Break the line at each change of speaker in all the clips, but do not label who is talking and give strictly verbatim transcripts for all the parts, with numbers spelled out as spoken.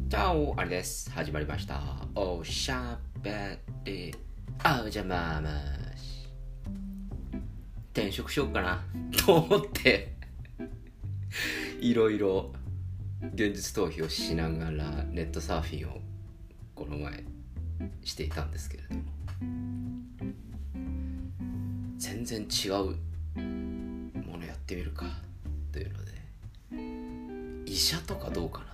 チャオあれです。始まりました。おしゃべりおじゃままし。転職しようかなと思っていろいろ現実逃避をしながらネットサーフィンをこの前していたんですけれども、全然違うものやってみるかというので、医者とかどうかな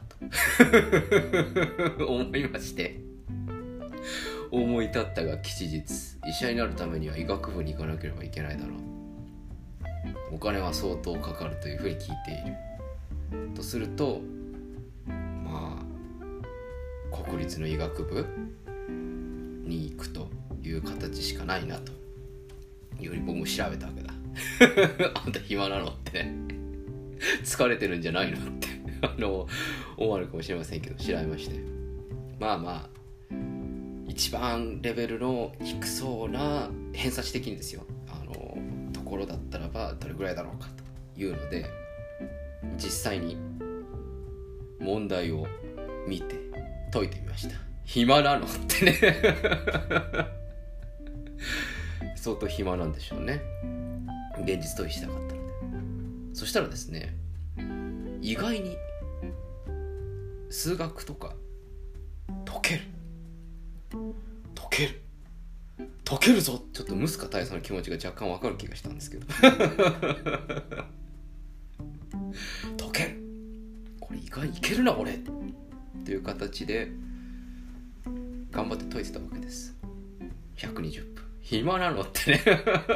と思いまして、思い立ったが吉日、医者になるためには医学部に行かなければいけないだろう、お金は相当かかるというふうに聞いているとすると、まあ国立の医学部に行くという形しかないなというふうに僕も調べたわけだあんた暇なのってね疲れてるんじゃないのってあの思われるかもしれませんけど、調べまして、まあまあ一番レベルの低そうな偏差値的にですよ、あのところだったらばどれぐらいだろうかというので、実際に問題を見て解いてみました。暇なのってね相当暇なんでしょうね、現実逃避したかったので。そしたらですね、意外に数学とか解ける解ける解けるぞ、ちょっとムスカ大佐の気持ちが若干わかる気がしたんですけど解ける、これ意外にいけるな俺という形で頑張って解いてたわけです。ひゃくにじゅっぷん、暇なのってね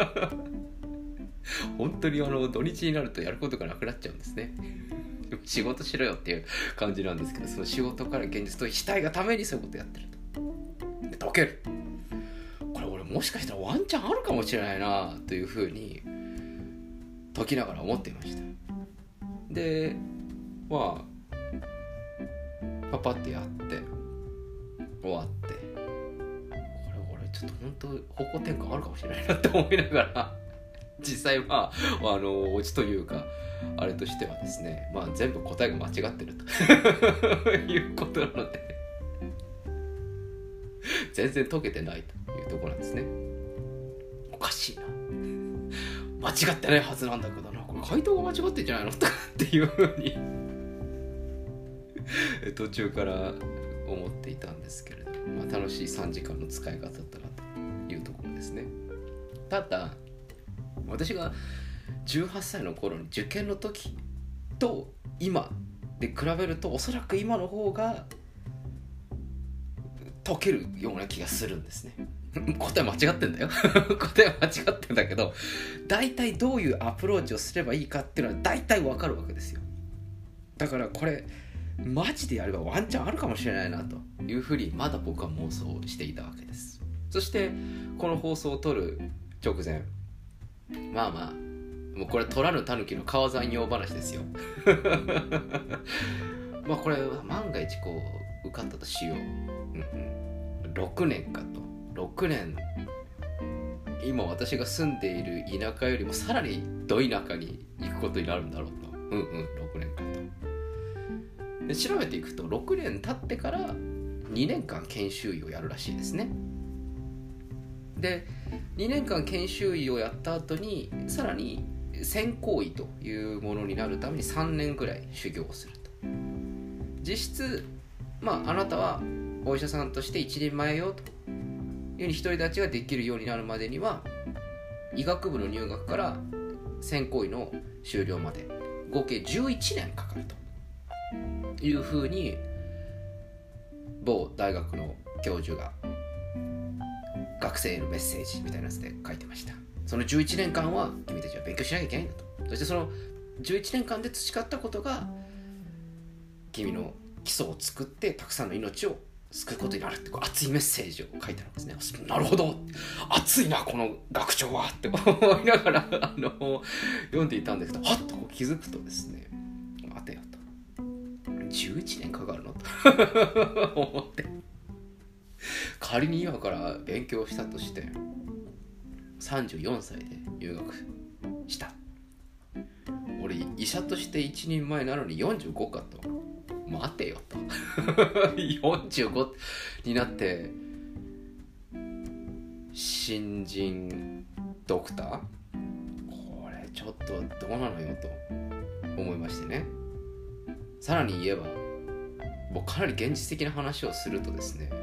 本当にあの土日になるとやることがなくなっちゃうんですね仕事しろよっていう感じなんですけど、その仕事から現実逃避したいがためにそういうことやってると。で解ける、これ俺もしかしたらワンチャンあるかもしれないなというふうに解きながら思っていました。でまあパパってやって終わって、これ俺ちょっと本当方向転換あるかもしれないなって思いながら実際はあのオチというかあれとしてはですね、まあ全部答えが間違ってるということなので全然解けてないというところなんですね。おかしいな、間違ってないはずなんだけどな、これ回答が間違ってんじゃないのとかっていうふうに途中から思っていたんですけれども、まあ、楽しいさんじかんの使い方だったなというところですね。ただ私がじゅうはっさいの頃に受験の時と今で比べると、おそらく今の方が解けるような気がするんですね答え間違ってんだよ答え間違ってんだけど、大体どういうアプローチをすればいいかっていうのは大体わかるわけですよ。だからこれマジでやればワンチャンあるかもしれないなというふうにまだ僕は妄想していたわけです。そしてこの放送を撮る直前、まあまあもうこれ取らぬ狸の川山用話ですよまあこれは万が一こう受かったとしよう、うんうん、ろくねんかと、ろくねん今私が住んでいる田舎よりもさらにど田舎に行くことになるんだろうと、うんうんろくねんかと。で調べていくとろくねん経ってからにねんかん研修医をやるらしいですね。でにねんかん研修医をやった後にさらに専攻医というものになるためにさんねんぐらい修行をすると。実質まああなたはお医者さんとして一人前よというふうに独り立ちができるようになるまでには、医学部の入学から専攻医の修了まで合計じゅういちねんかかるというふうに某大学の教授が学生へのメッセージみたいなやつで書いてました。そのじゅういちねんかんは君たちは勉強しなきゃいけないんだと。そしてそのじゅういちねんかんで培ったことが君の基礎を作ってたくさんの命を救うことになるって、こう熱いメッセージを書いてあるんですね。なるほど、熱いなこの学長はって思いながらあの読んでいたんですけど、はっとこう気づくとですね、待てよと、じゅういちねんかかるのと思って、仮に今から勉強したとしてさんじゅうよんさいで入学した、俺医者として一人前なのによんじゅうごかと、 待てよとよんじゅうごになって新人ドクター、これちょっとどうなのよと思いましてね。さらに言えばもうかなり現実的な話をするとですね、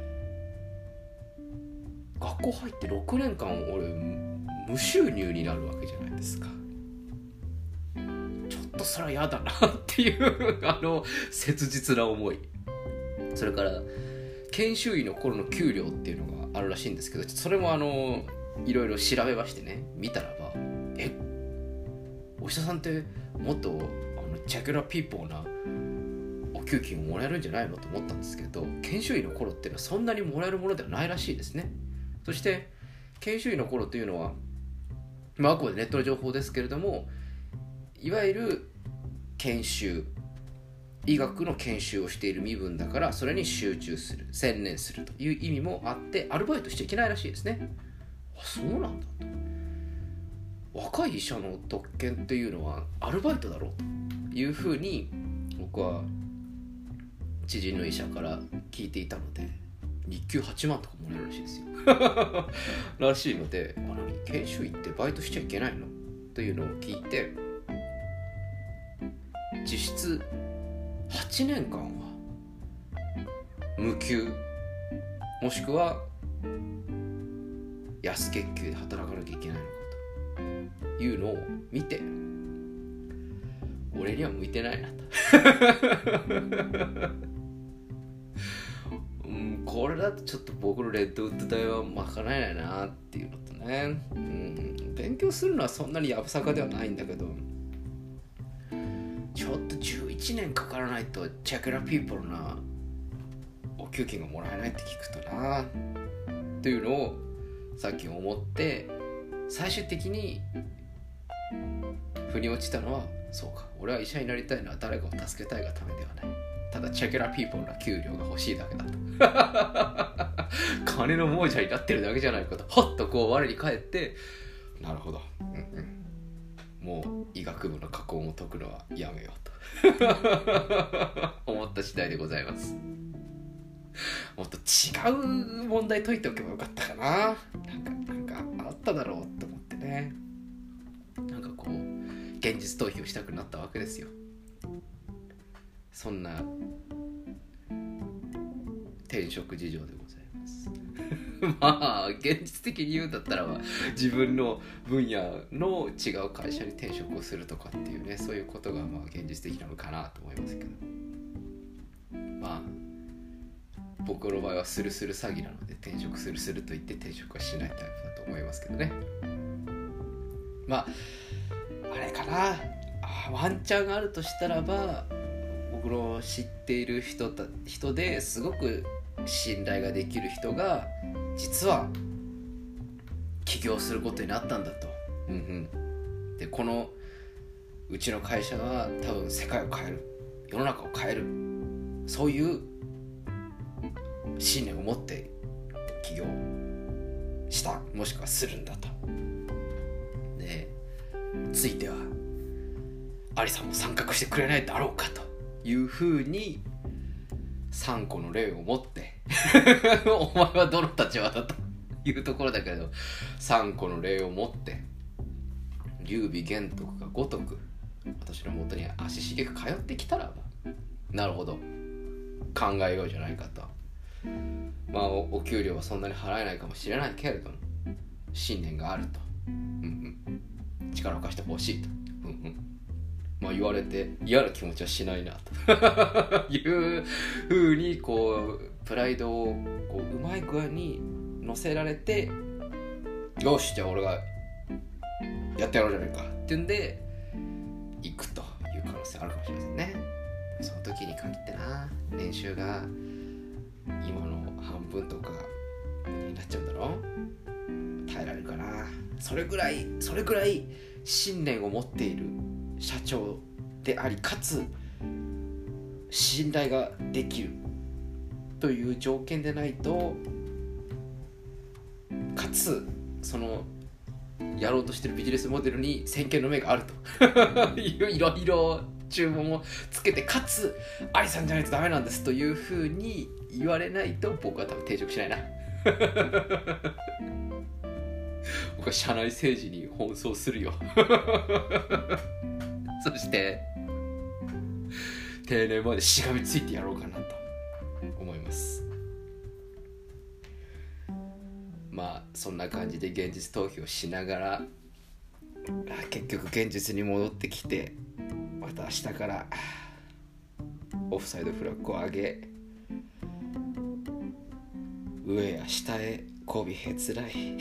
学校入ってろくねんかん俺無収入になるわけじゃないですか。ちょっとそれは嫌だなっていうあの切実な思い。それから研修医の頃の給料っていうのがあるらしいんですけど、それもあのいろいろ調べましてね、見たらばえお医者さんってもっとあのジャグラーピーポーなお給金をもらえるんじゃないのと思ったんですけど、研修医の頃っていうのはそんなにもらえるものではないらしいですね。そして研修医の頃というのは、まあ、あくまでネットの情報ですけれども、いわゆる研修、医学の研修をしている身分だからそれに集中する、専念するという意味もあってアルバイトしちゃいけないらしいですね。あ、そうなんだと。若い医者の特権っていうのはアルバイトだろうというふうに僕は知人の医者から聞いていたので、日給はちまんとかもらえるらしいですよらしいので、あ、何研修医ってバイトしちゃいけないのというのを聞いて、実質はちねんかんは無給もしくは安月給で働かなきゃいけないのかというのを見て、俺には向いてないなとうん、これだとちょっと僕のレッドウッド代は賄えないなっていうのとね、うん、勉強するのはそんなにやぶさかではないんだけど、ちょっとじゅういちねんかからないとチェクラピーポルなお給金がもらえないって聞くとなっていうのをさっき思って、最終的に腑に落ちたのは、そうか、俺は医者になりたいのは誰かを助けたいがためではない、ただチェクラピーポルな給料が欲しいだけだと金の亡者になってるだけじゃないかと、ほっとこう我に返って、なるほど、うんうん、もう医学部の過去も解くのはやめようと思った次第でございます。もっと違う問題解いておけばよかったかな、なんかなんかあっただろうと思ってね、なんかこう現実逃避をしたくなったわけですよ。そんな転職事情でございますまあ現実的に言うんだったらば、自分の分野の違う会社に転職をするとかっていうね、そういうことがまあ現実的なのかなと思いますけど、まあ僕の場合はスルスル詐欺なので、転職するすると言って転職はしないタイプだと思いますけどね。まああれかな、あワンチャンあるとしたらば、僕の知っている人た人ですごく信頼ができる人が実は起業することになったんだと、うんうん、でこのうちの会社は多分世界を変える、世の中を変える、そういう信念を持って起業した、もしくはするんだと。でついてはアリさんも参画してくれないだろうかというふうにさんこの例を持ってお前はどの立場だというところだけど、さんこの例を持って劉備玄徳が如く私の元に足しげく通ってきたらば、なるほど考えようじゃないかと。まあ お, お給料はそんなに払えないかもしれないけれども信念があると、うんうん、力を貸してほしいと、うんうん、まあ言われて嫌な気持ちはしないなという風にこうプライドをこううまい具合に乗せられて、よしじゃあ俺がやってやろうじゃないかっていうんで行くという可能性あるかもしれませんね。その時に限ってな、年収が今の半分とかになっちゃうんだろう、耐えられるかな。それぐらいそれぐらい信念を持っている社長であり、かつ信頼ができるという条件でないと、かつそのやろうとしてるビジネスモデルに先見の目があるといろいろ注文をつけて、かつアリさんじゃないとダメなんですというふうに言われないと僕は多分定着しないな僕は社内政治に奔走するよそして定年までしがみついてやろうかなと思います。まあそんな感じで現実逃避をしながら、結局現実に戻ってきて、また明日からオフサイドフラッグを上げ、上や下へ媚びへつらい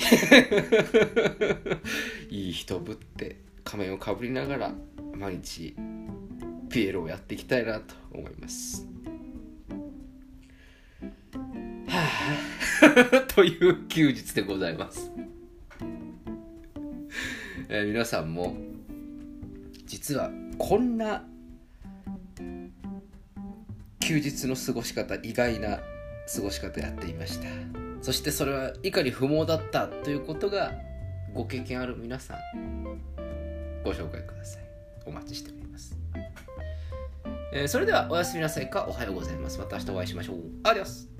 いい人ぶって仮面をかぶりながら毎日ピエロをやっていきたいなと思います。はぁという休日でございます、えー、皆さんも実はこんな休日の過ごし方、意外な過ごし方やっていました。そしてそれはいかに不毛だったということがご経験ある皆さんご紹介ください。お待ちしております、えー、それではおやすみなさいかおはようございます。また明日お会いしましょう。アディオス。